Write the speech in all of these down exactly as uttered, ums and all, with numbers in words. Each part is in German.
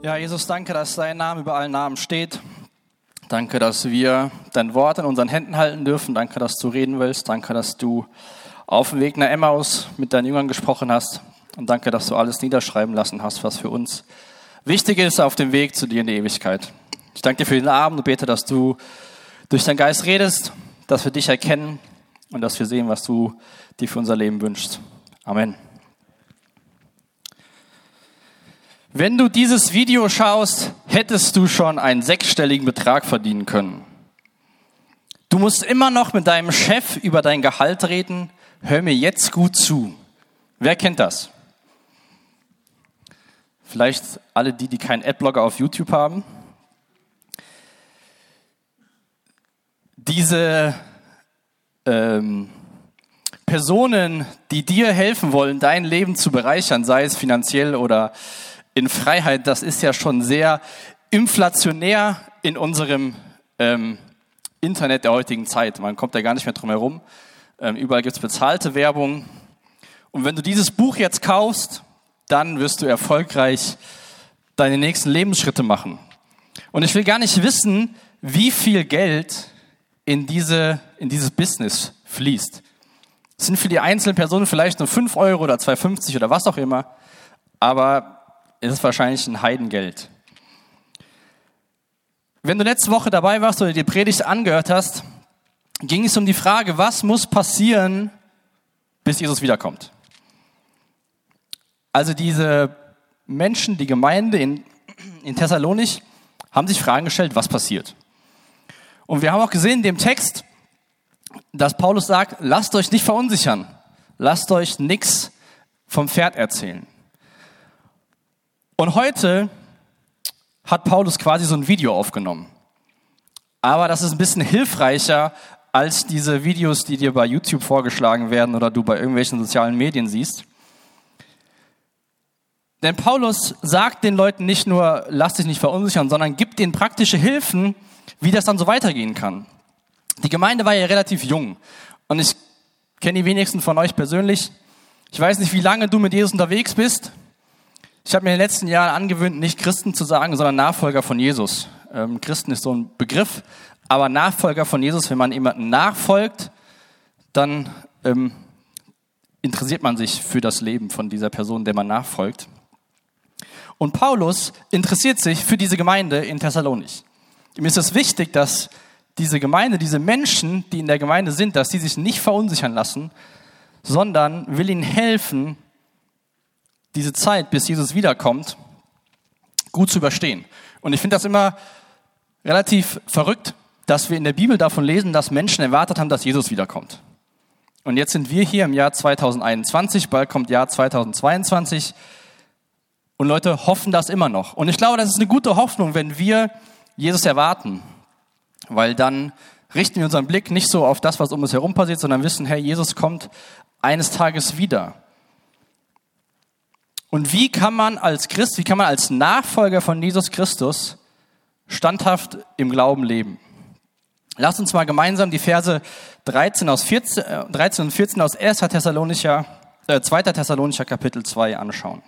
Ja, Jesus, danke, dass dein Name über allen Namen steht. Danke, dass wir dein Wort in unseren Händen halten dürfen. Danke, dass du reden willst. Danke, dass du auf dem Weg nach Emmaus mit deinen Jüngern gesprochen hast. Und danke, dass du alles niederschreiben lassen hast, was für uns wichtig ist auf dem Weg zu dir in die Ewigkeit. Ich danke dir für den Abend und bete, dass du durch deinen Geist redest, dass wir dich erkennen und dass wir sehen, was du dir für unser Leben wünschst. Amen. Wenn du dieses Video schaust, hättest du schon einen sechsstelligen Betrag verdienen können. Du musst immer noch mit deinem Chef über dein Gehalt reden. Hör mir jetzt gut zu. Wer kennt das? Vielleicht alle die, die keinen Adblocker auf YouTube haben. Diese ähm, Personen, die dir helfen wollen, dein Leben zu bereichern, sei es finanziell oder in Freiheit, das ist ja schon sehr inflationär in unserem ähm, Internet der heutigen Zeit. Man kommt da gar nicht mehr drum herum. Ähm, überall gibt es bezahlte Werbung. Und wenn du dieses Buch jetzt kaufst, dann wirst du erfolgreich deine nächsten Lebensschritte machen. Und ich will gar nicht wissen, wie viel Geld in, diese, in dieses Business fließt. Es sind für die einzelnen Personen vielleicht nur fünf Euro oder zwei fünfzig oder was auch immer, aber es ist wahrscheinlich ein Heidengeld. Wenn du letzte Woche dabei warst oder die Predigt angehört hast, ging es um die Frage, was muss passieren, bis Jesus wiederkommt. Also diese Menschen, die Gemeinde in, in Thessalonich, haben sich Fragen gestellt, was passiert. Und wir haben auch gesehen in dem Text, dass Paulus sagt, lasst euch nicht verunsichern, lasst euch nichts vom Pferd erzählen. Und heute hat Paulus quasi so ein Video aufgenommen. Aber das ist ein bisschen hilfreicher als diese Videos, die dir bei YouTube vorgeschlagen werden oder du bei irgendwelchen sozialen Medien siehst. Denn Paulus sagt den Leuten nicht nur, lass dich nicht verunsichern, sondern gibt ihnen praktische Hilfen, wie das dann so weitergehen kann. Die Gemeinde war ja relativ jung und ich kenne die wenigsten von euch persönlich. Ich weiß nicht, wie lange du mit Jesus unterwegs bist. Ich habe mir in den letzten Jahren angewöhnt, nicht Christen zu sagen, sondern Nachfolger von Jesus. Ähm, Christen ist so ein Begriff, aber Nachfolger von Jesus, wenn man jemandem nachfolgt, dann ähm, interessiert man sich für das Leben von dieser Person, der man nachfolgt. Und Paulus interessiert sich für diese Gemeinde in Thessalonich. Ihm ist es wichtig, dass diese Gemeinde, diese Menschen, die in der Gemeinde sind, dass sie sich nicht verunsichern lassen, sondern will ihnen helfen, diese Zeit, bis Jesus wiederkommt, gut zu überstehen. Und ich finde das immer relativ verrückt, dass wir in der Bibel davon lesen, dass Menschen erwartet haben, dass Jesus wiederkommt. Und jetzt sind wir hier im Jahr zweitausendeinundzwanzig, bald kommt Jahr zweitausendzweiundzwanzig und Leute hoffen das immer noch. Und ich glaube, das ist eine gute Hoffnung, wenn wir Jesus erwarten, weil dann richten wir unseren Blick nicht so auf das, was um uns herum passiert, sondern wissen, hey, Jesus kommt eines Tages wieder. Und wie kann man als Christ, wie kann man als Nachfolger von Jesus Christus standhaft im Glauben leben? Lasst uns mal gemeinsam die Verse dreizehn, aus vierzehn, dreizehn und vierzehn aus erster Thessalonicher, äh, zweiter Thessalonicher Kapitel zwei anschauen.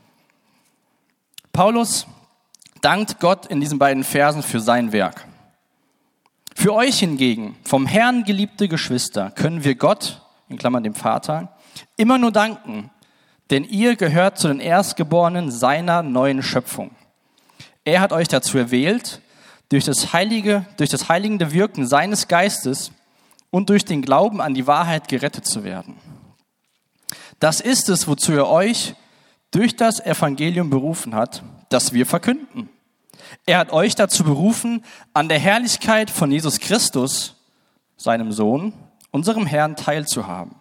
Paulus dankt Gott in diesen beiden Versen für sein Werk. Für euch hingegen, vom Herrn geliebte Geschwister, können wir Gott, in Klammern dem Vater, immer nur danken, denn ihr gehört zu den Erstgeborenen seiner neuen Schöpfung. Er hat euch dazu erwählt, durch das heilige, durch das heiligende Wirken seines Geistes und durch den Glauben an die Wahrheit gerettet zu werden. Das ist es, wozu er euch durch das Evangelium berufen hat, das wir verkünden. Er hat euch dazu berufen, an der Herrlichkeit von Jesus Christus, seinem Sohn, unserem Herrn, teilzuhaben.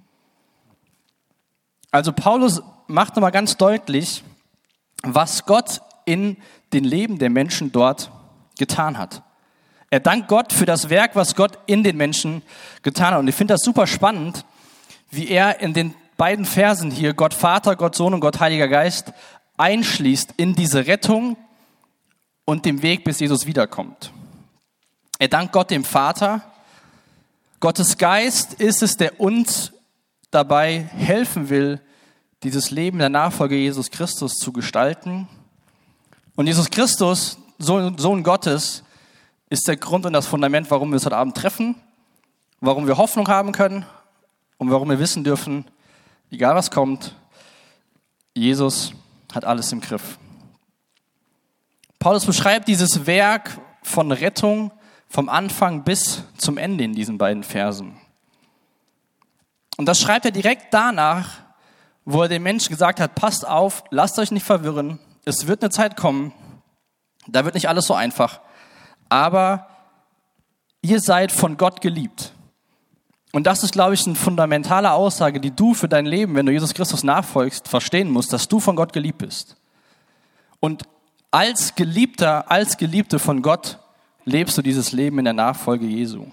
Also Paulus macht nochmal ganz deutlich, was Gott in den Leben der Menschen dort getan hat. Er dankt Gott für das Werk, was Gott in den Menschen getan hat. Und ich finde das super spannend, wie er in den beiden Versen hier Gott Vater, Gott Sohn und Gott Heiliger Geist einschließt in diese Rettung und dem Weg, bis Jesus wiederkommt. Er dankt Gott dem Vater. Gottes Geist ist es, der uns dabei helfen will, dieses Leben der Nachfolge Jesus Christus zu gestalten. Und Jesus Christus, Sohn Gottes, ist der Grund und das Fundament, warum wir uns heute Abend treffen, warum wir Hoffnung haben können und warum wir wissen dürfen, egal was kommt, Jesus hat alles im Griff. Paulus beschreibt dieses Werk von Rettung vom Anfang bis zum Ende in diesen beiden Versen. Und das schreibt er direkt danach, wo er den Menschen gesagt hat, passt auf, lasst euch nicht verwirren, es wird eine Zeit kommen, da wird nicht alles so einfach, aber ihr seid von Gott geliebt. Und das ist, glaube ich, eine fundamentale Aussage, die du für dein Leben, wenn du Jesus Christus nachfolgst, verstehen musst, dass du von Gott geliebt bist. Und als Geliebter, als Geliebte von Gott lebst du dieses Leben in der Nachfolge Jesu.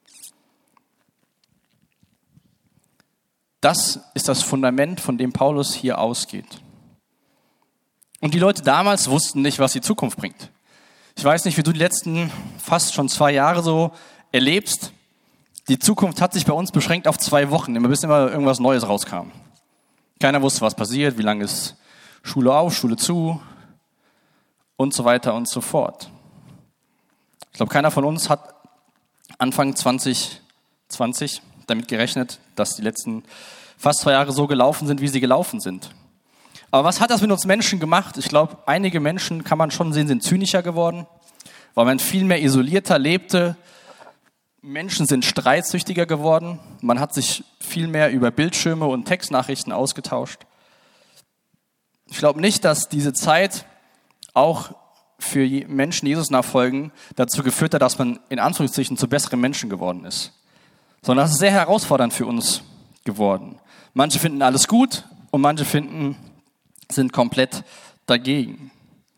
Das ist das Fundament, von dem Paulus hier ausgeht. Und die Leute damals wussten nicht, was die Zukunft bringt. Ich weiß nicht, wie du die letzten fast schon zwei Jahre so erlebst. Die Zukunft hat sich bei uns beschränkt auf zwei Wochen, immer bis immer irgendwas Neues rauskam. Keiner wusste, was passiert, wie lange ist Schule auf, Schule zu und so weiter und so fort. Ich glaube, keiner von uns hat Anfang zwanzig zwanzig damit gerechnet, dass die letzten fast zwei Jahre so gelaufen sind, wie sie gelaufen sind. Aber was hat das mit uns Menschen gemacht? Ich glaube, einige Menschen, kann man schon sehen, sind zynischer geworden, weil man viel mehr isolierter lebte. Menschen sind streitsüchtiger geworden. Man hat sich viel mehr über Bildschirme und Textnachrichten ausgetauscht. Ich glaube nicht, dass diese Zeit auch für Menschen, die Jesus nachfolgen, dazu geführt hat, dass man in Anführungszeichen zu besseren Menschen geworden ist. Sondern das ist sehr herausfordernd für uns geworden. Manche finden alles gut und manche finden, sind komplett dagegen.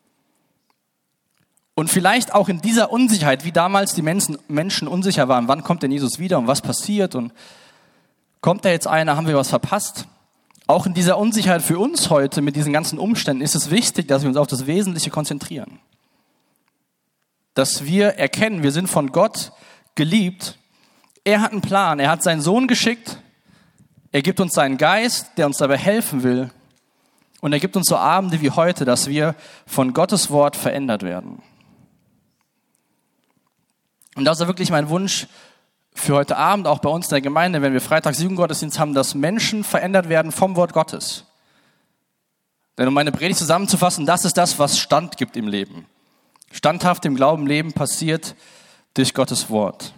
Und vielleicht auch in dieser Unsicherheit, wie damals die Menschen, Menschen unsicher waren, wann kommt denn Jesus wieder und was passiert und kommt da jetzt einer, haben wir was verpasst? Auch in dieser Unsicherheit für uns heute mit diesen ganzen Umständen ist es wichtig, dass wir uns auf das Wesentliche konzentrieren. Dass wir erkennen, wir sind von Gott geliebt. Er hat einen Plan, er hat seinen Sohn geschickt, er gibt uns seinen Geist, der uns dabei helfen will. Und er gibt uns so Abende wie heute, dass wir von Gottes Wort verändert werden. Und das ist wirklich mein Wunsch für heute Abend, auch bei uns in der Gemeinde, wenn wir Freitags Jugendgottesdienst haben, dass Menschen verändert werden vom Wort Gottes. Denn um meine Predigt zusammenzufassen, das ist das, was Stand gibt im Leben. Standhaft im Glauben leben passiert durch Gottes Wort.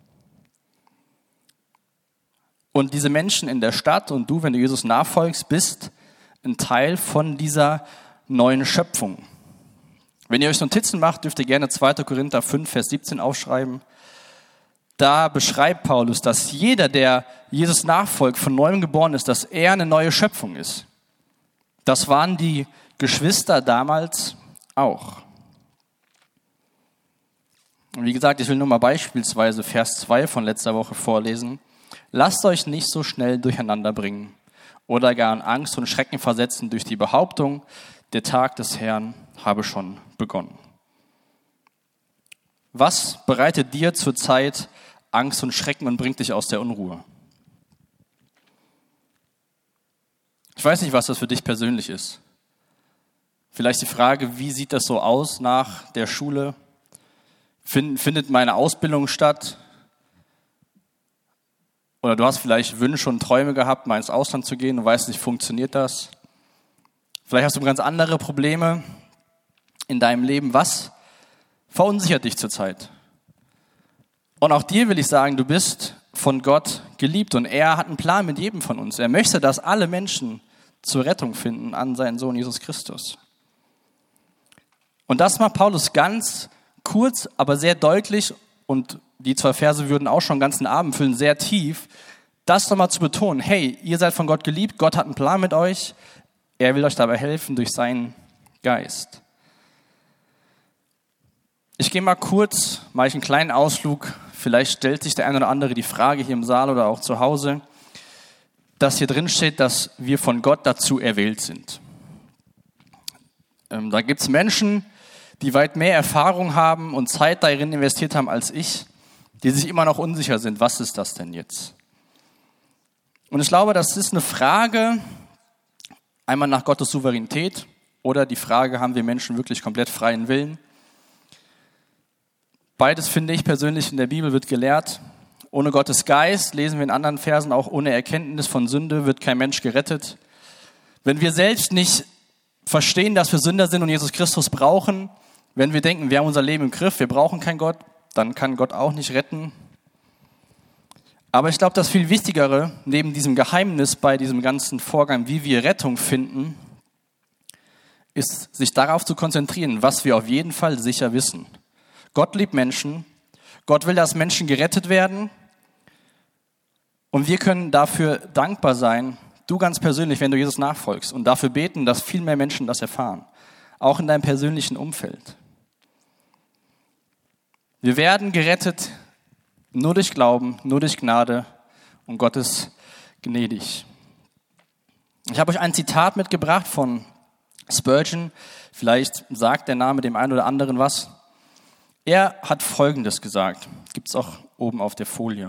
Und diese Menschen in der Stadt und du, wenn du Jesus nachfolgst, bist ein Teil von dieser neuen Schöpfung. Wenn ihr euch Notizen macht, dürft ihr gerne zweiter Korinther fünf, Vers siebzehn aufschreiben. Da beschreibt Paulus, dass jeder, der Jesus nachfolgt, von neuem geboren ist, dass er eine neue Schöpfung ist. Das waren die Geschwister damals auch. Und wie gesagt, ich will nur mal beispielsweise Vers zwei von letzter Woche vorlesen. Lasst euch nicht so schnell durcheinander bringen oder gar in Angst und Schrecken versetzen durch die Behauptung, der Tag des Herrn habe schon begonnen. Was bereitet dir zurzeit Angst und Schrecken und bringt dich aus der Unruhe? Ich weiß nicht, was das für dich persönlich ist. Vielleicht die Frage, wie sieht das so aus nach der Schule? Findet meine Ausbildung statt? Oder du hast vielleicht Wünsche und Träume gehabt, mal ins Ausland zu gehen und weißt nicht, funktioniert das? Vielleicht hast du ganz andere Probleme in deinem Leben. Was verunsichert dich zurzeit? Und auch dir will ich sagen, du bist von Gott geliebt und er hat einen Plan mit jedem von uns. Er möchte, dass alle Menschen zur Rettung finden an seinen Sohn Jesus Christus. Und das macht Paulus ganz kurz, aber sehr deutlich, und die zwei Verse würden auch schon einen ganzen Abend füllen, sehr tief, das nochmal zu betonen. Hey, ihr seid von Gott geliebt, Gott hat einen Plan mit euch, er will euch dabei helfen durch seinen Geist. Ich gehe mal kurz, mache ich einen kleinen Ausflug, vielleicht stellt sich der eine oder andere die Frage hier im Saal oder auch zu Hause, dass hier drin steht, dass wir von Gott dazu erwählt sind. Ähm, da gibt es Menschen, die weit mehr Erfahrung haben und Zeit darin investiert haben als ich, die sich immer noch unsicher sind, was ist das denn jetzt? Und ich glaube, das ist eine Frage, einmal nach Gottes Souveränität Oder die Frage, haben wir Menschen wirklich komplett freien Willen? Beides finde ich persönlich in der Bibel wird gelehrt. Ohne Gottes Geist, lesen wir in anderen Versen auch, ohne Erkenntnis von Sünde wird kein Mensch gerettet. Wenn wir selbst nicht verstehen, dass wir Sünder sind und Jesus Christus brauchen, wenn wir denken, wir haben unser Leben im Griff, wir brauchen keinen Gott, dann kann Gott auch nicht retten. Aber ich glaube, das viel Wichtigere, neben diesem Geheimnis bei diesem ganzen Vorgang, wie wir Rettung finden, ist, sich darauf zu konzentrieren, was wir auf jeden Fall sicher wissen. Gott liebt Menschen, Gott will, dass Menschen gerettet werden und wir können dafür dankbar sein, du ganz persönlich, wenn du Jesus nachfolgst und dafür beten, dass viel mehr Menschen das erfahren, auch in deinem persönlichen Umfeld. Wir werden gerettet nur durch Glauben, nur durch Gnade und Gott ist gnädig. Ich habe euch ein Zitat mitgebracht von Spurgeon, vielleicht sagt der Name dem einen oder anderen was. Er hat Folgendes gesagt, gibt es auch oben auf der Folie.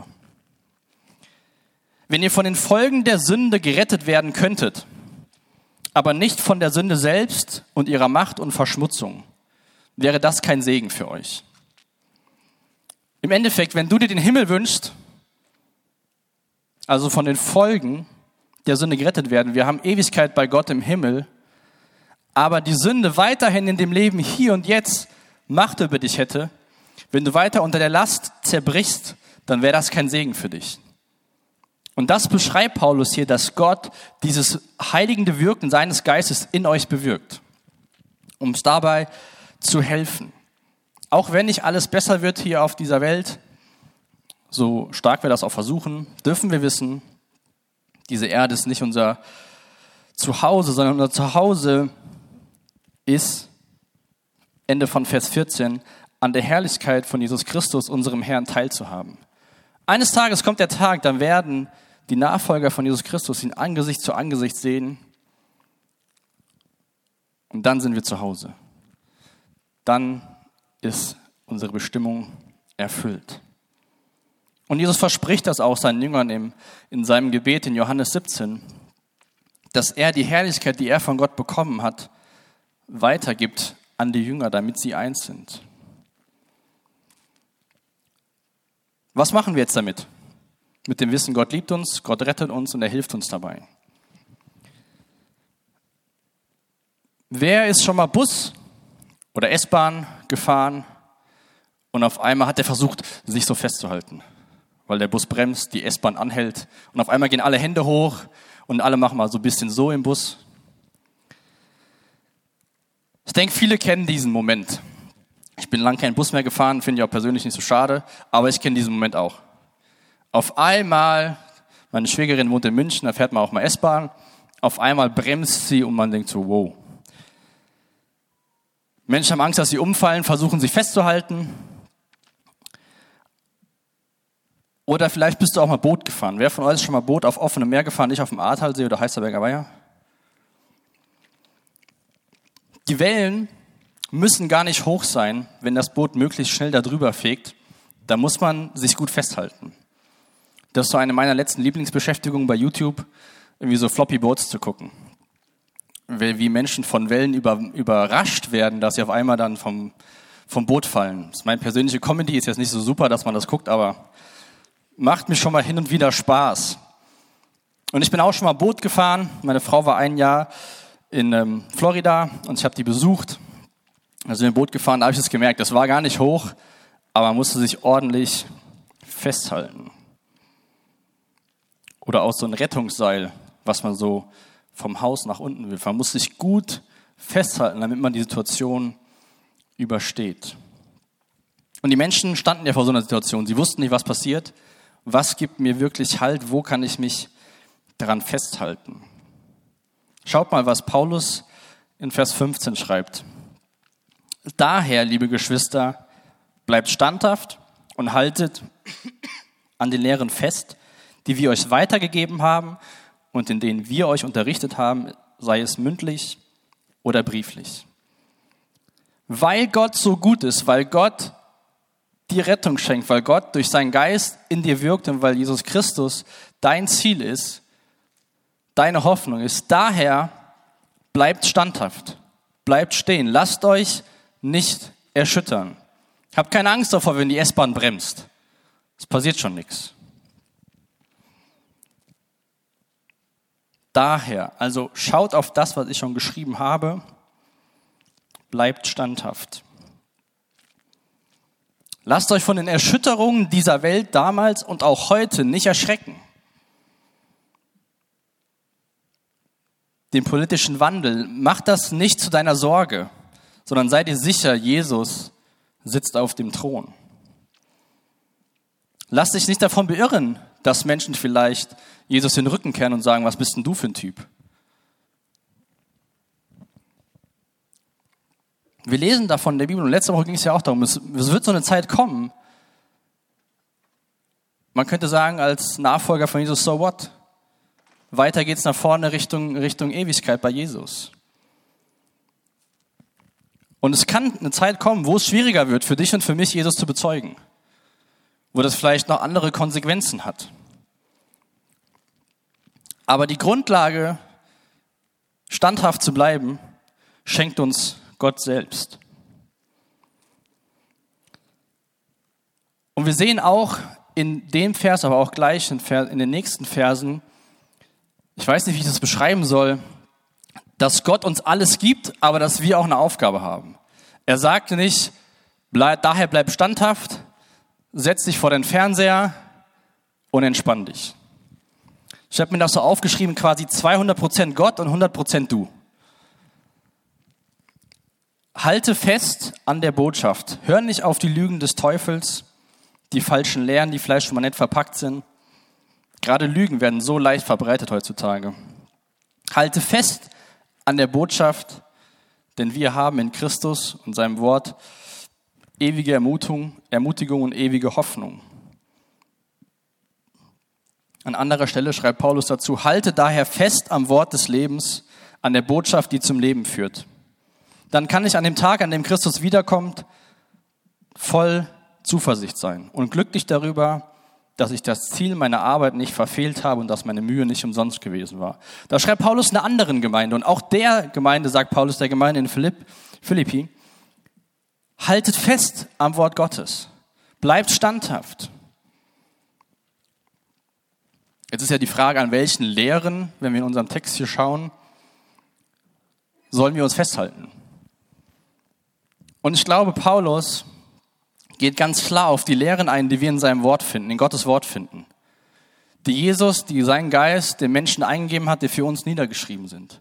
Wenn ihr von den Folgen der Sünde gerettet werden könntet, aber nicht von der Sünde selbst und ihrer Macht und Verschmutzung, wäre das kein Segen für euch. Im Endeffekt, wenn du dir den Himmel wünschst, also von den Folgen der Sünde gerettet werden, wir haben Ewigkeit bei Gott im Himmel, aber die Sünde weiterhin in dem Leben hier und jetzt Macht über dich hätte, wenn du weiter unter der Last zerbrichst, dann wäre das kein Segen für dich. Und das beschreibt Paulus hier, dass Gott dieses heiligende Wirken seines Geistes in euch bewirkt, um es dabei zu helfen. Auch wenn nicht alles besser wird hier auf dieser Welt, so stark wir das auch versuchen, dürfen wir wissen, diese Erde ist nicht unser Zuhause, sondern unser Zuhause ist, Ende von Vers vierzehn, an der Herrlichkeit von Jesus Christus, unserem Herrn, teilzuhaben. Eines Tages kommt der Tag, dann werden die Nachfolger von Jesus Christus ihn Angesicht zu Angesicht sehen und dann sind wir zu Hause. Dann ist unsere Bestimmung erfüllt. Und Jesus verspricht das auch seinen Jüngern im, in seinem Gebet in Johannes siebzehn, dass er die Herrlichkeit, die er von Gott bekommen hat, weitergibt an die Jünger, damit sie eins sind. Was machen wir jetzt damit? Mit dem Wissen, Gott liebt uns, Gott rettet uns und er hilft uns dabei. Wer ist schon mal Bus oder S-Bahn gefahren und auf einmal hat er versucht, sich so festzuhalten, weil der Bus bremst, die S-Bahn anhält und auf einmal gehen alle Hände hoch und alle machen mal so ein bisschen so im Bus. Ich denke, viele kennen diesen Moment. Ich bin lange keinen Bus mehr gefahren, finde ich auch persönlich nicht so schade, aber ich kenne diesen Moment auch. Auf einmal, meine Schwägerin wohnt in München, da fährt man auch mal S-Bahn, auf einmal bremst sie und man denkt so, wow. Menschen haben Angst, dass sie umfallen, versuchen sich festzuhalten. Oder vielleicht bist du auch mal Boot gefahren. Wer von euch ist schon mal Boot auf offenem Meer gefahren, nicht auf dem Ahrtalsee oder Heisterberger Weiher? Die Wellen müssen gar nicht hoch sein, wenn das Boot möglichst schnell da drüber fegt. Da muss man sich gut festhalten. Das ist so eine meiner letzten Lieblingsbeschäftigungen bei YouTube, irgendwie so Floppy Boats zu gucken. Wie Menschen von Wellen über, überrascht werden, dass sie auf einmal dann vom, vom Boot fallen. Das ist meine persönliche Comedy, ist jetzt nicht so super, dass man das guckt, aber macht mir schon mal hin und wieder Spaß. Und ich bin auch schon mal Boot gefahren. Meine Frau war ein Jahr in ähm, Florida und ich habe die besucht. Da sind wir Boot gefahren, da habe ich es gemerkt, das war gar nicht hoch, aber man musste sich ordentlich festhalten. Oder auch so ein Rettungsseil, was man so vom Haus nach unten will. Man muss sich gut festhalten, damit man die Situation übersteht. Und die Menschen standen ja vor so einer Situation. Sie wussten nicht, was passiert. Was gibt mir wirklich Halt? Wo kann ich mich daran festhalten? Schaut mal, was Paulus in Vers fünfzehn schreibt. Daher, liebe Geschwister, bleibt standhaft und haltet an den Lehren fest, die wir euch weitergegeben haben und in denen wir euch unterrichtet haben, sei es mündlich oder brieflich. Weil Gott so gut ist, weil Gott die Rettung schenkt, weil Gott durch seinen Geist in dir wirkt und weil Jesus Christus dein Ziel ist, deine Hoffnung ist. Daher bleibt standhaft bleibt stehen. Lasst euch nicht erschüttern. Habt keine Angst davor, wenn die S-Bahn bremst. Es passiert schon nichts. Daher, also schaut auf das, was ich schon geschrieben habe, bleibt standhaft. Lasst euch von den Erschütterungen dieser Welt damals und auch heute nicht erschrecken. Den politischen Wandel, macht das nicht zu deiner Sorge, sondern sei dir sicher, Jesus sitzt auf dem Thron. Lass dich nicht davon beirren, dass Menschen vielleicht Jesus den Rücken kehren und sagen, was bist denn du für ein Typ? Wir lesen davon in der Bibel und letzte Woche ging es ja auch darum, es, es wird so eine Zeit kommen. Man könnte sagen, als Nachfolger von Jesus, so what? Weiter geht's nach vorne Richtung, Richtung Ewigkeit bei Jesus. Und es kann eine Zeit kommen, wo es schwieriger wird, für dich und für mich Jesus zu bezeugen. Wo das vielleicht noch andere Konsequenzen hat. Aber die Grundlage, standhaft zu bleiben, schenkt uns Gott selbst. Und wir sehen auch in dem Vers, aber auch gleich in, Vers, in den nächsten Versen, ich weiß nicht, wie ich das beschreiben soll, dass Gott uns alles gibt, aber dass wir auch eine Aufgabe haben. Er sagte nicht, bleib, daher bleib standhaft, setz dich vor den Fernseher und entspann dich. Ich habe mir das so aufgeschrieben, quasi zweihundert Prozent Gott und hundert Prozent du. Halte fest an der Botschaft. Hör nicht auf die Lügen des Teufels, die falschen Lehren, die vielleicht schon mal nett verpackt sind. Gerade Lügen werden so leicht verbreitet heutzutage. Halte fest an der Botschaft, denn wir haben in Christus und seinem Wort ewige Ermutigung, Ermutigung und ewige Hoffnung. An anderer Stelle schreibt Paulus dazu, halte daher fest am Wort des Lebens, an der Botschaft, die zum Leben führt. Dann kann ich an dem Tag, an dem Christus wiederkommt, voll Zuversicht sein und glücklich darüber, dass ich das Ziel meiner Arbeit nicht verfehlt habe und dass meine Mühe nicht umsonst gewesen war. Da schreibt Paulus einer anderen Gemeinde und auch der Gemeinde, sagt Paulus der Gemeinde in Philipp, Philippi, haltet fest am Wort Gottes, bleibt standhaft. Jetzt ist ja die Frage, an welchen Lehren, wenn wir in unserem Text hier schauen, sollen wir uns festhalten. Und ich glaube, Paulus geht ganz klar auf die Lehren ein, die wir in seinem Wort finden, in Gottes Wort finden. Die Jesus, die seinen Geist den Menschen eingegeben hat, die für uns niedergeschrieben sind.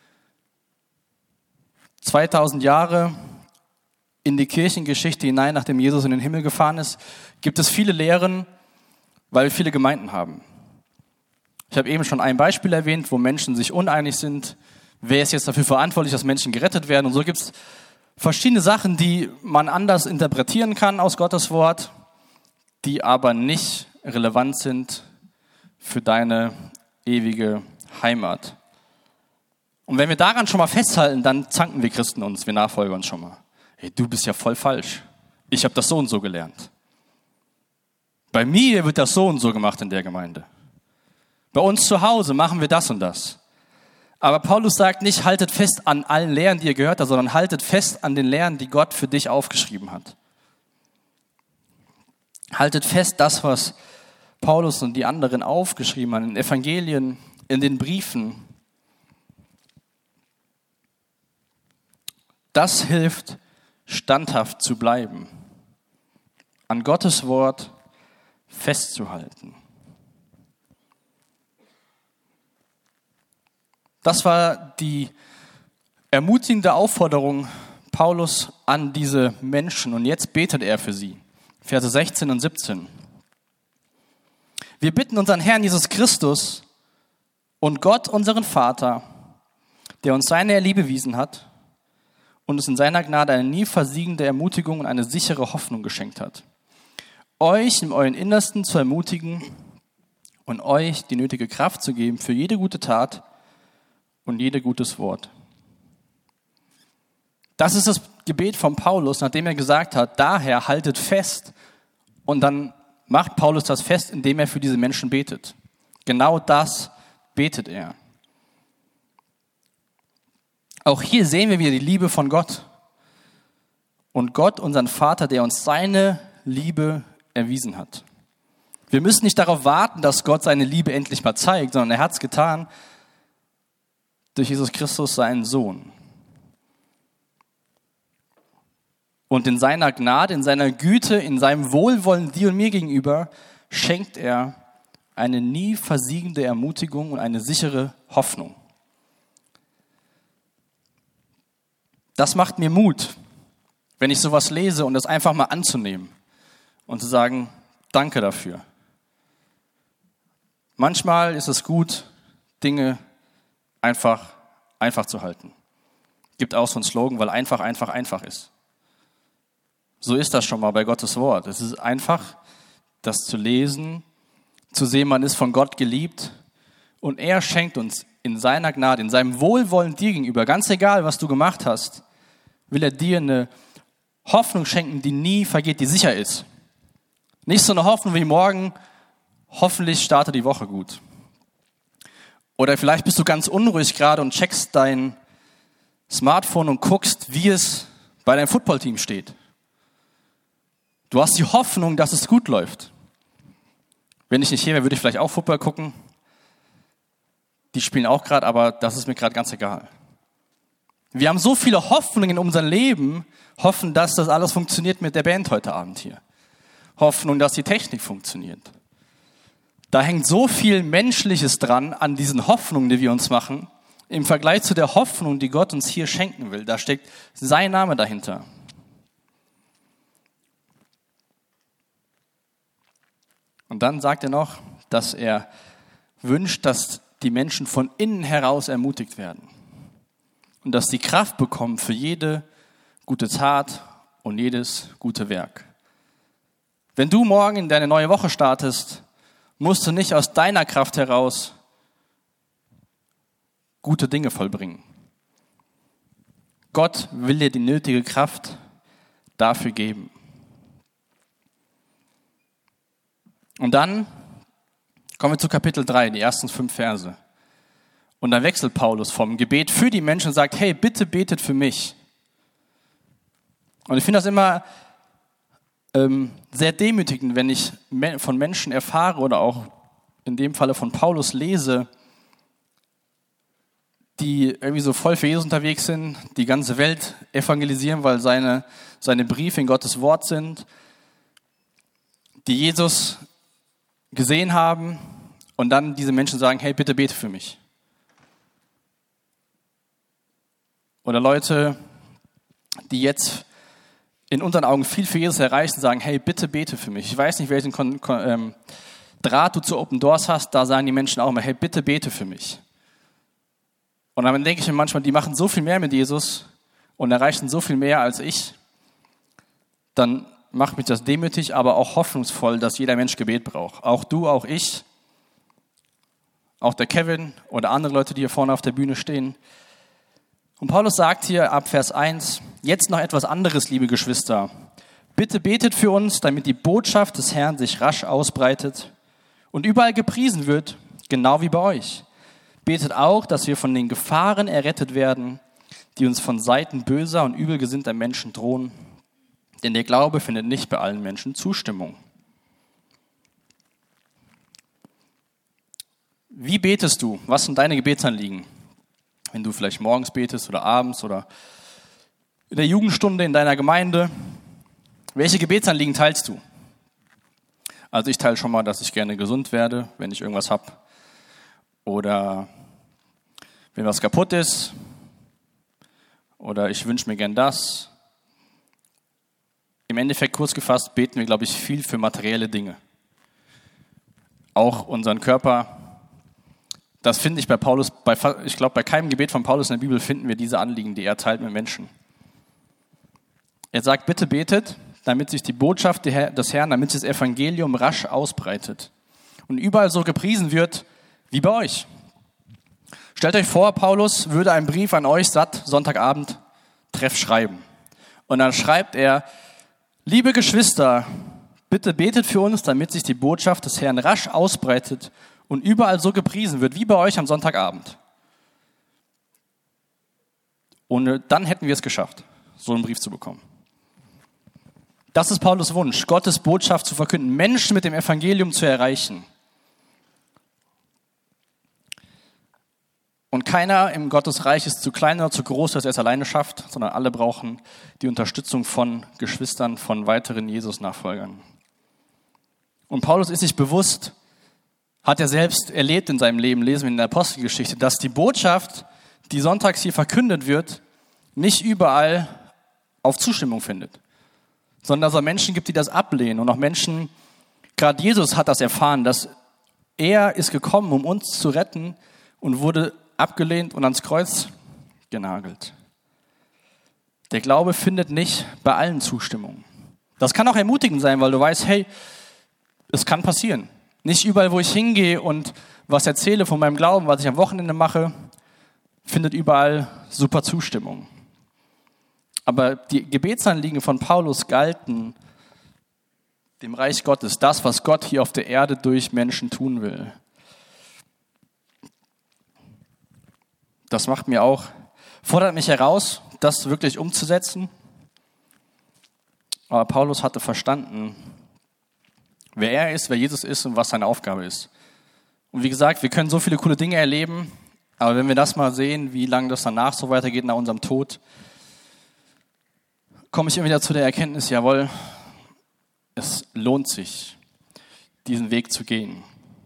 zweitausend Jahre in die Kirchengeschichte hinein, nachdem Jesus in den Himmel gefahren ist, gibt es viele Lehren, weil wir viele Gemeinden haben. Ich habe eben schon ein Beispiel erwähnt, wo Menschen sich uneinig sind, wer ist jetzt dafür verantwortlich, dass Menschen gerettet werden. Und so gibt es verschiedene Sachen, die man anders interpretieren kann aus Gottes Wort, die aber nicht relevant sind für deine ewige Heimat. Und wenn wir daran schon mal festhalten, dann zanken wir Christen uns, wir Nachfolger uns schon mal. Hey, du bist ja voll falsch. Ich habe das so und so gelernt. Bei mir wird das so und so gemacht in der Gemeinde. Bei uns zu Hause machen wir das und das. Aber Paulus sagt nicht, haltet fest an allen Lehren, die ihr gehört habt, sondern haltet fest an den Lehren, die Gott für dich aufgeschrieben hat. Haltet fest das, was Paulus und die anderen aufgeschrieben haben, in den Evangelien, in den Briefen. Das hilft, standhaft zu bleiben, an Gottes Wort festzuhalten. Das war die ermutigende Aufforderung Paulus an diese Menschen. Und jetzt betet er für sie. Verse sechzehn und siebzehn. Wir bitten unseren Herrn Jesus Christus und Gott, unseren Vater, der uns seine Liebe bewiesen hat und uns in seiner Gnade eine nie versiegende Ermutigung und eine sichere Hoffnung geschenkt hat, euch in euren Innersten zu ermutigen und euch die nötige Kraft zu geben für jede gute Tat und jede gutes Wort. Das ist das Gebet von Paulus, nachdem er gesagt hat, daher haltet fest. Und dann macht Paulus das fest, indem er für diese Menschen betet. Genau das betet er. Auch hier sehen wir wieder die Liebe von Gott. Und Gott, unseren Vater, der uns seine Liebe erwiesen hat. Wir müssen nicht darauf warten, dass Gott seine Liebe endlich mal zeigt, sondern er hat es getan durch Jesus Christus, seinen Sohn. Und in seiner Gnade, in seiner Güte, in seinem Wohlwollen dir und mir gegenüber schenkt er eine nie versiegende Ermutigung und eine sichere Hoffnung. Das macht mir Mut, wenn ich sowas lese und das einfach mal anzunehmen und zu sagen, danke dafür. Manchmal ist es gut, Dinge einfach, einfach zu halten. Gibt auch so einen Slogan, weil einfach, einfach, einfach ist. So ist das schon mal bei Gottes Wort. Es ist einfach, das zu lesen, zu sehen, man ist von Gott geliebt und er schenkt uns in seiner Gnade, in seinem Wohlwollen dir gegenüber, ganz egal, was du gemacht hast, will er dir eine Hoffnung schenken, die nie vergeht, die sicher ist. Nicht so eine Hoffnung wie morgen, hoffentlich startet die Woche gut. Oder vielleicht bist du ganz unruhig gerade und checkst dein Smartphone und guckst, wie es bei deinem Footballteam steht. Du hast die Hoffnung, dass es gut läuft. Wenn ich nicht hier wäre, würde ich vielleicht auch Football gucken. Die spielen auch gerade, aber das ist mir gerade ganz egal. Wir haben so viele Hoffnungen in unserem Leben, hoffen, dass das alles funktioniert mit der Band heute Abend hier. Hoffnung, dass die Technik funktioniert. Da hängt so viel Menschliches dran an diesen Hoffnungen, die wir uns machen, im Vergleich zu der Hoffnung, die Gott uns hier schenken will. Da steckt sein Name dahinter. Und dann sagt er noch, dass er wünscht, dass die Menschen von innen heraus ermutigt werden. Und dass sie Kraft bekommen für jede gute Tat und jedes gute Werk. Wenn du morgen in deine neue Woche startest, musst du nicht aus deiner Kraft heraus gute Dinge vollbringen. Gott will dir die nötige Kraft dafür geben. Und dann kommen wir zu Kapitel drei, die ersten fünf Verse. Und dann wechselt Paulus vom Gebet für die Menschen und sagt, hey, bitte betet für mich. Und ich finde das immer ähm, sehr demütigend, wenn ich von Menschen erfahre oder auch in dem Falle von Paulus lese, die irgendwie so voll für Jesus unterwegs sind, die ganze Welt evangelisieren, weil seine, seine Briefe in Gottes Wort sind, die Jesus gesehen haben und dann diese Menschen sagen, hey, bitte bete für mich. Oder Leute, die jetzt in unseren Augen viel für Jesus erreichen, sagen, hey, bitte bete für mich. Ich weiß nicht, welchen Kon- Kon- ähm, Draht du zu Open Doors hast, da sagen die Menschen auch immer, hey, bitte bete für mich. Und dann denke ich mir manchmal, die machen so viel mehr mit Jesus und erreichen so viel mehr als ich, dann macht mich das demütig, aber auch hoffnungsvoll, dass jeder Mensch Gebet braucht. Auch du, auch ich, auch der Kevin oder andere Leute, die hier vorne auf der Bühne stehen. Und Paulus sagt hier ab Vers eins, jetzt noch etwas anderes, liebe Geschwister. Bitte betet für uns, damit die Botschaft des Herrn sich rasch ausbreitet und überall gepriesen wird, genau wie bei euch. Betet auch, dass wir von den Gefahren errettet werden, die uns von Seiten böser und übelgesinnter Menschen drohen. Denn der Glaube findet nicht bei allen Menschen Zustimmung. Wie betest du? Was sind deine Gebetsanliegen? Wenn du vielleicht morgens betest oder abends oder in der Jugendstunde in deiner Gemeinde. Welche Gebetsanliegen teilst du? Also ich teile schon mal, dass ich gerne gesund werde, wenn ich irgendwas habe. Oder wenn was kaputt ist. Oder ich wünsche mir gern das. Im Endeffekt, kurz gefasst, beten wir, glaube ich, viel für materielle Dinge. Auch unseren Körper. Das finde ich bei Paulus, bei, ich glaube, bei keinem Gebet von Paulus in der Bibel finden wir diese Anliegen, die er teilt mit Menschen. Er sagt, bitte betet, damit sich die Botschaft des Herrn, damit sich das Evangelium rasch ausbreitet und überall so gepriesen wird wie bei euch. Stellt euch vor, Paulus würde einen Brief an euch satt Sonntagabend Treff schreiben. Und dann schreibt er, liebe Geschwister, bitte betet für uns, damit sich die Botschaft des Herrn rasch ausbreitet und überall so gepriesen wird, wie bei euch am Sonntagabend. Und dann hätten wir es geschafft, so einen Brief zu bekommen. Das ist Paulus Wunsch, Gottes Botschaft zu verkünden, Menschen mit dem Evangelium zu erreichen. Und keiner im Gottesreich ist zu klein oder zu groß, dass er es alleine schafft, sondern alle brauchen die Unterstützung von Geschwistern, von weiteren Jesus-Nachfolgern. Und Paulus ist sich bewusst, hat er selbst erlebt in seinem Leben, lesen wir in der Apostelgeschichte, dass die Botschaft, die sonntags hier verkündet wird, nicht überall auf Zustimmung findet, sondern dass es Menschen gibt, die das ablehnen. Und auch Menschen, gerade Jesus hat das erfahren, dass er ist gekommen, um uns zu retten und wurde abgelehnt und ans Kreuz genagelt. Der Glaube findet nicht bei allen Zustimmung. Das kann auch ermutigend sein, weil du weißt, hey, es kann passieren. Nicht überall, wo ich hingehe und was erzähle von meinem Glauben, was ich am Wochenende mache, findet überall super Zustimmung. Aber die Gebetsanliegen von Paulus galten dem Reich Gottes, das, was Gott hier auf der Erde durch Menschen tun will. Das macht mir auch, fordert mich heraus, das wirklich umzusetzen. Aber Paulus hatte verstanden, wer er ist, wer Jesus ist und was seine Aufgabe ist. Und wie gesagt, wir können so viele coole Dinge erleben, aber wenn wir das mal sehen, wie lange das danach so weitergeht nach unserem Tod, komme ich immer wieder zu der Erkenntnis, jawohl, es lohnt sich, diesen Weg zu gehen.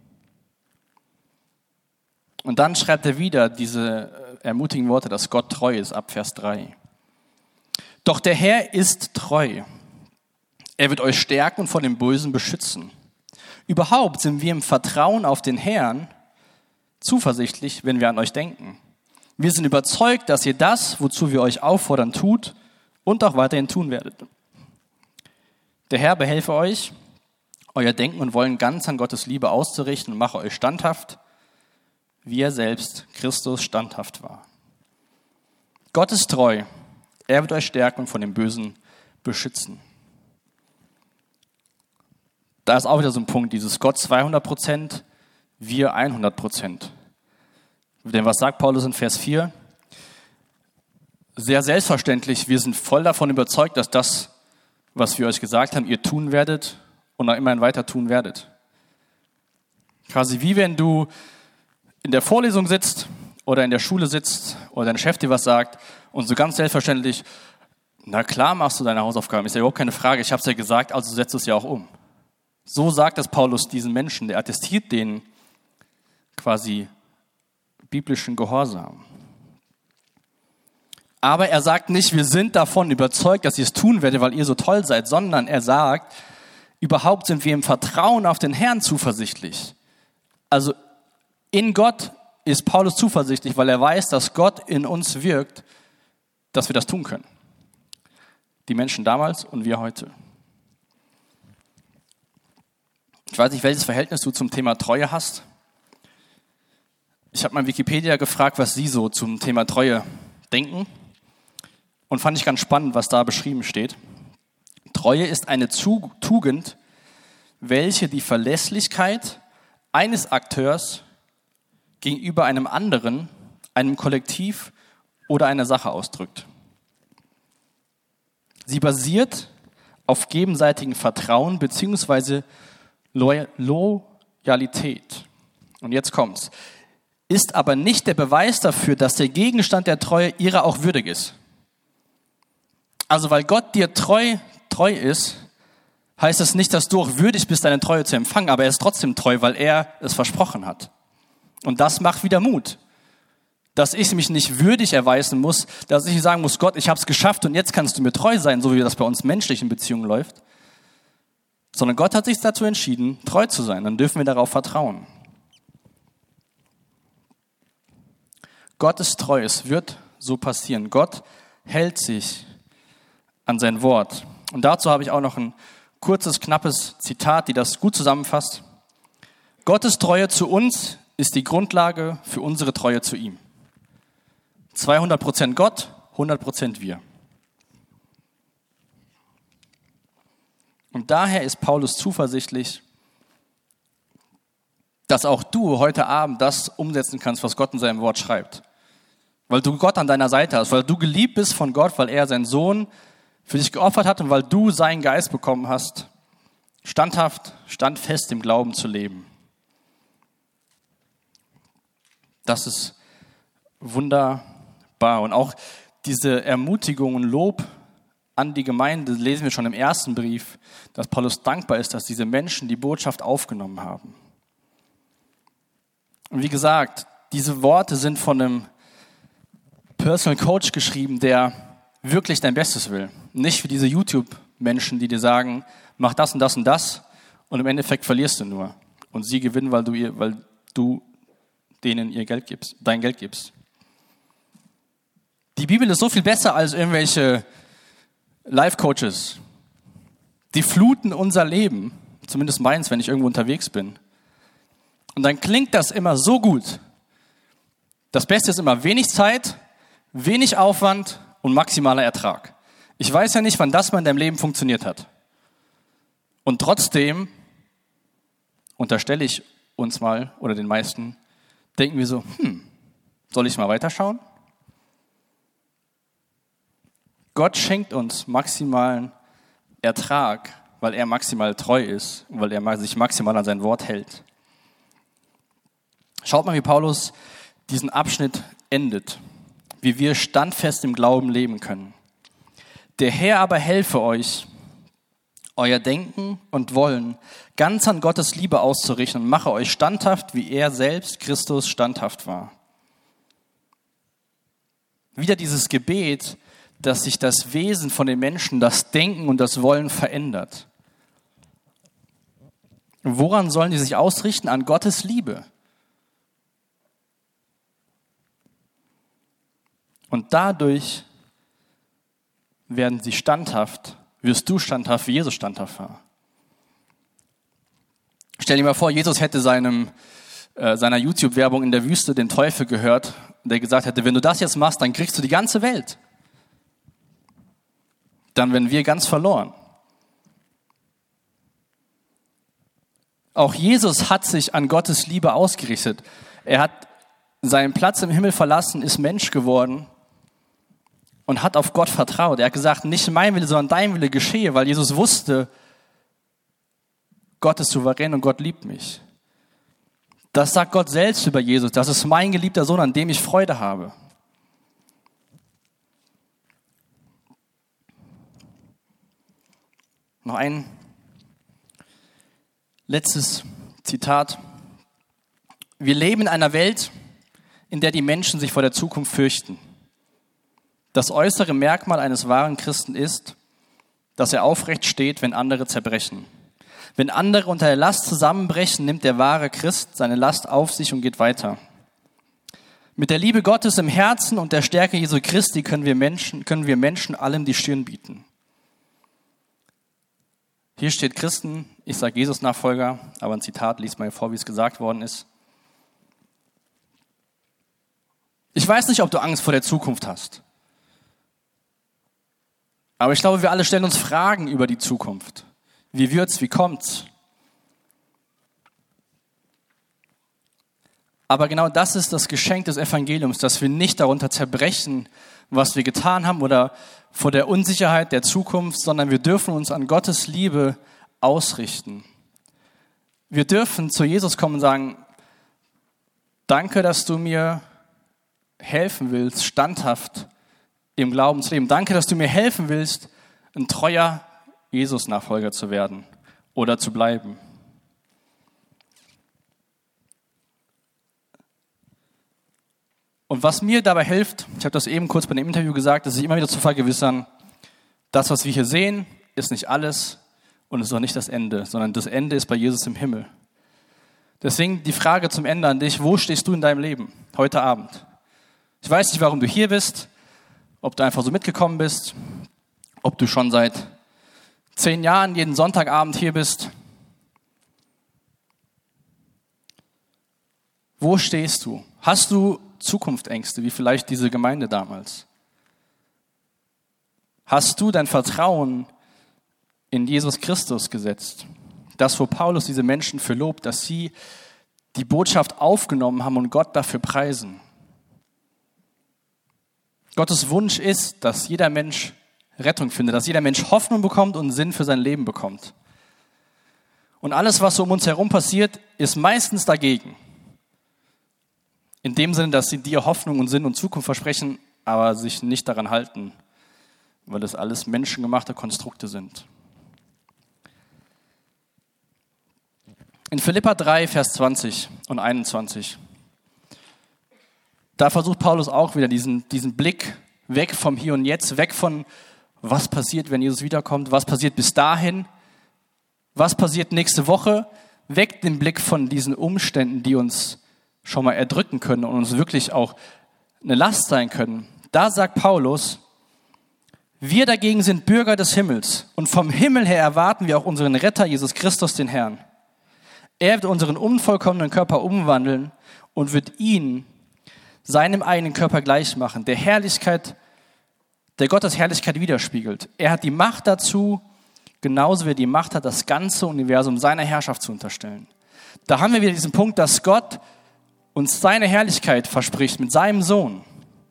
Und dann schreibt er wieder diese ermutigen Worte, dass Gott treu ist, ab Vers drei. Doch der Herr ist treu. Er wird euch stärken und vor dem Bösen beschützen. Überhaupt sind wir im Vertrauen auf den Herrn zuversichtlich, wenn wir an euch denken. Wir sind überzeugt, dass ihr das, wozu wir euch auffordern, tut und auch weiterhin tun werdet. Der Herr behelfe euch, euer Denken und Wollen ganz an Gottes Liebe auszurichten und mache euch standhaft, wie er selbst, Christus, standhaft war. Gott ist treu. Er wird euch stärken und von dem Bösen beschützen. Da ist auch wieder so ein Punkt, dieses Gott zweihundert Prozent, wir hundert Prozent. Denn was sagt Paulus in Vers vier? Sehr selbstverständlich, wir sind voll davon überzeugt, dass das, was wir euch gesagt haben, ihr tun werdet und auch immerhin weiter tun werdet. Quasi wie wenn du in der Vorlesung sitzt oder in der Schule sitzt oder dein Chef dir was sagt und so ganz selbstverständlich, na klar machst du deine Hausaufgaben, ist ja überhaupt keine Frage, ich habe es ja gesagt, also setzt es ja auch um. So sagt es Paulus diesen Menschen, der attestiert denen quasi biblischen Gehorsam. Aber er sagt nicht, wir sind davon überzeugt, dass ihr es tun werdet, weil ihr so toll seid, sondern er sagt, überhaupt sind wir im Vertrauen auf den Herrn zuversichtlich. Also in Gott ist Paulus zuversichtlich, weil er weiß, dass Gott in uns wirkt, dass wir das tun können. Die Menschen damals und wir heute. Ich weiß nicht, welches Verhältnis du zum Thema Treue hast. Ich habe mal Wikipedia gefragt, was sie so zum Thema Treue denken. Und fand ich ganz spannend, was da beschrieben steht. Treue ist eine Tugend, welche die Verlässlichkeit eines Akteurs gegenüber einem anderen, einem Kollektiv oder einer Sache ausdrückt. Sie basiert auf gegenseitigem Vertrauen bzw. Loyalität. Und jetzt kommt's. Ist aber nicht der Beweis dafür, dass der Gegenstand der Treue ihrer auch würdig ist. Also weil Gott dir treu, treu ist, heißt das nicht, dass du auch würdig bist, deine Treue zu empfangen, aber er ist trotzdem treu, weil er es versprochen hat. Und das macht wieder Mut. Dass ich mich nicht würdig erweisen muss, dass ich sagen muss, Gott, ich habe es geschafft und jetzt kannst du mir treu sein, so wie das bei uns menschlich in Beziehungen läuft. Sondern Gott hat sich dazu entschieden, treu zu sein. Dann dürfen wir darauf vertrauen. Gott ist treu, es wird so passieren. Gott hält sich an sein Wort. Und dazu habe ich auch noch ein kurzes, knappes Zitat, die das gut zusammenfasst. Gottes Treue zu uns ist die Grundlage für unsere Treue zu ihm. zweihundert Prozent Gott, hundert Prozent wir. Und daher ist Paulus zuversichtlich, dass auch du heute Abend das umsetzen kannst, was Gott in seinem Wort schreibt. weil du Gott an deiner Seite hast, weil du geliebt bist von Gott, weil er seinen Sohn für dich geopfert hat und weil du seinen Geist bekommen hast, standhaft, standfest im Glauben zu leben. Das ist wunderbar. Und auch diese Ermutigung und Lob an die Gemeinde lesen wir schon im ersten Brief, dass Paulus dankbar ist, dass diese Menschen die Botschaft aufgenommen haben. Und wie gesagt, diese Worte sind von einem Personal Coach geschrieben, der wirklich dein Bestes will. Nicht wie diese YouTube-Menschen, die dir sagen, mach das und das und das und im Endeffekt verlierst du nur. Und sie gewinnen, weil du, ihr, weil du denen ihr Geld gibst, dein Geld gibst. Die Bibel ist so viel besser als irgendwelche Life-Coaches. Die fluten unser Leben, zumindest meins, wenn ich irgendwo unterwegs bin. Und dann klingt das immer so gut. Das Beste ist immer wenig Zeit, wenig Aufwand und maximaler Ertrag. Ich weiß ja nicht, wann das mal in deinem Leben funktioniert hat. Und trotzdem unterstelle ich uns mal oder den meisten, denken wir so, hm, soll ich mal weiterschauen? Gott schenkt uns maximalen Ertrag, weil er maximal treu ist und weil er sich maximal an sein Wort hält. Schaut mal, wie Paulus diesen Abschnitt endet, wie wir standfest im Glauben leben können. Der Herr aber helfe euch, euer Denken und Wollen ganz an Gottes Liebe auszurichten und mache euch standhaft, wie er selbst, Christus, standhaft war. Wieder dieses Gebet, dass sich das Wesen von den Menschen, das Denken und das Wollen verändert. Woran sollen die sich ausrichten? An Gottes Liebe. Und dadurch werden sie standhaft, wirst du standhaft, wie Jesus standhaft war. Stell dir mal vor, Jesus hätte seinem, äh, seiner YouTube-Werbung in der Wüste den Teufel gehört, der gesagt hätte, wenn du das jetzt machst, dann kriegst du die ganze Welt. Dann wären wir ganz verloren. Auch Jesus hat sich an Gottes Liebe ausgerichtet. Er hat seinen Platz im Himmel verlassen, ist Mensch geworden und hat auf Gott vertraut. Er hat gesagt, nicht mein Wille, sondern dein Wille geschehe, weil Jesus wusste, Gott ist souverän und Gott liebt mich. Das sagt Gott selbst über Jesus. Das ist mein geliebter Sohn, an dem ich Freude habe. Noch ein letztes Zitat. Wir leben in einer Welt, in der die Menschen sich vor der Zukunft fürchten. Das äußere Merkmal eines wahren Christen ist, dass er aufrecht steht, wenn andere zerbrechen. Wenn andere unter der Last zusammenbrechen, nimmt der wahre Christ seine Last auf sich und geht weiter. Mit der Liebe Gottes im Herzen und der Stärke Jesu Christi können wir Menschen, können wir Menschen allem die Stirn bieten. Hier steht Christen, ich sage Jesus-Nachfolger, aber ein Zitat, liest mal vor, wie es gesagt worden ist. Ich weiß nicht, ob du Angst vor der Zukunft hast. Aber ich glaube, wir alle stellen uns Fragen über die Zukunft. Wie wird's, wie kommt's? Aber genau das ist das Geschenk des Evangeliums, dass wir nicht darunter zerbrechen, was wir getan haben oder vor der Unsicherheit der Zukunft, sondern wir dürfen uns an Gottes Liebe ausrichten. Wir dürfen zu Jesus kommen und sagen, danke, dass du mir helfen willst, standhaft im Glauben zu leben. Danke, dass du mir helfen willst, ein treuer Jesus-Nachfolger zu werden oder zu bleiben. Und was mir dabei hilft, ich habe das eben kurz bei dem Interview gesagt, ist sich immer wieder zu vergewissern, das, was wir hier sehen, ist nicht alles und ist auch nicht das Ende, sondern das Ende ist bei Jesus im Himmel. Deswegen die Frage zum Ende an dich, wo stehst du in deinem Leben heute Abend? Ich weiß nicht, warum du hier bist, ob du einfach so mitgekommen bist, ob du schon seit zehn Jahren jeden Sonntagabend hier bist. Wo stehst du? Hast du Zukunftsängste, wie vielleicht diese Gemeinde damals? Hast du dein Vertrauen in Jesus Christus gesetzt? Das, wo Paulus diese Menschen für lobt, dass sie die Botschaft aufgenommen haben und Gott dafür preisen. Gottes Wunsch ist, dass jeder Mensch Rettung findet, dass jeder Mensch Hoffnung bekommt und Sinn für sein Leben bekommt. Und alles, was so um uns herum passiert, ist meistens dagegen. In dem Sinne, dass sie dir Hoffnung und Sinn und Zukunft versprechen, aber sich nicht daran halten, weil das alles menschengemachte Konstrukte sind. In Philipper drei, Vers zwanzig und einundzwanzig, da versucht Paulus auch wieder diesen, diesen Blick weg vom Hier und Jetzt, weg von, was passiert, wenn Jesus wiederkommt, was passiert bis dahin, was passiert nächste Woche, weg den Blick von diesen Umständen, die uns schon mal erdrücken können und uns wirklich auch eine Last sein können. Da sagt Paulus, wir dagegen sind Bürger des Himmels und vom Himmel her erwarten wir auch unseren Retter, Jesus Christus, den Herrn. Er wird unseren unvollkommenen Körper umwandeln und wird ihn seinem eigenen Körper gleich machen, der Herrlichkeit, der Gottes Herrlichkeit widerspiegelt. Er hat die Macht dazu, genauso wie er die Macht hat, das ganze Universum seiner Herrschaft zu unterstellen. Da haben wir wieder diesen Punkt, dass Gott uns seine Herrlichkeit verspricht mit seinem Sohn.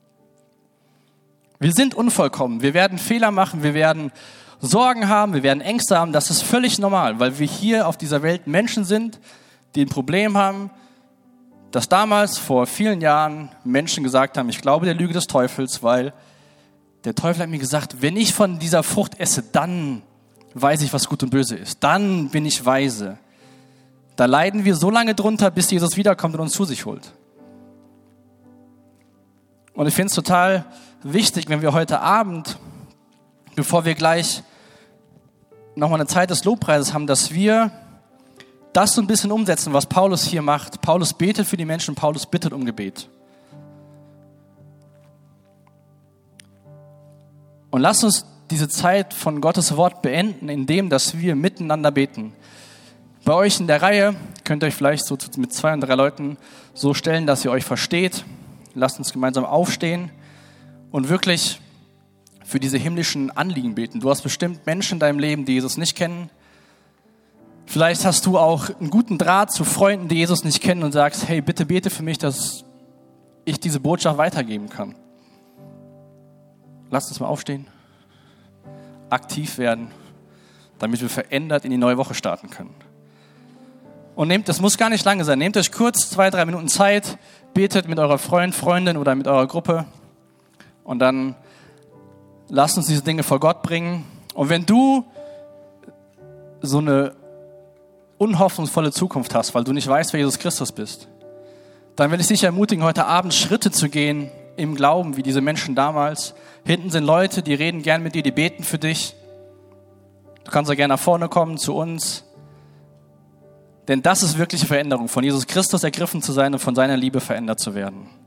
Wir sind unvollkommen, wir werden Fehler machen, wir werden Sorgen haben, wir werden Ängste haben, das ist völlig normal, weil wir hier auf dieser Welt Menschen sind, die ein Problem haben, dass damals vor vielen Jahren Menschen gesagt haben, ich glaube der Lüge des Teufels, weil der Teufel hat mir gesagt, wenn ich von dieser Frucht esse, dann weiß ich, was gut und böse ist, dann bin ich weise. Da leiden wir so lange drunter, bis Jesus wiederkommt und uns zu sich holt. Und ich finde es total wichtig, wenn wir heute Abend, bevor wir gleich nochmal eine Zeit des Lobpreises haben, dass wir das so ein bisschen umsetzen, was Paulus hier macht. Paulus betet für die Menschen, Paulus bittet um Gebet. Und lasst uns diese Zeit von Gottes Wort beenden, indem dass wir miteinander beten. Bei euch in der Reihe könnt ihr euch vielleicht so mit zwei und drei Leuten so stellen, dass ihr euch versteht. Lasst uns gemeinsam aufstehen und wirklich für diese himmlischen Anliegen beten. Du hast bestimmt Menschen in deinem Leben, die Jesus nicht kennen. Vielleicht hast du auch einen guten Draht zu Freunden, die Jesus nicht kennen und sagst, hey, bitte bete für mich, dass ich diese Botschaft weitergeben kann. Lasst uns mal aufstehen, aktiv werden, damit wir verändert in die neue Woche starten können. Und nehmt, das muss gar nicht lange sein, nehmt euch kurz zwei, drei Minuten Zeit, betet mit eurer Freund, Freundin oder mit eurer Gruppe und dann lasst uns diese Dinge vor Gott bringen. Und wenn du so eine unhoffnungsvolle Zukunft hast, weil du nicht weißt, wer Jesus Christus bist, dann will ich dich ermutigen, heute Abend Schritte zu gehen im Glauben, wie diese Menschen damals. Hinten sind Leute, die reden gern mit dir, die beten für dich. Du kannst ja gerne nach vorne kommen zu uns. Denn das ist wirkliche Veränderung, von Jesus Christus ergriffen zu sein und von seiner Liebe verändert zu werden.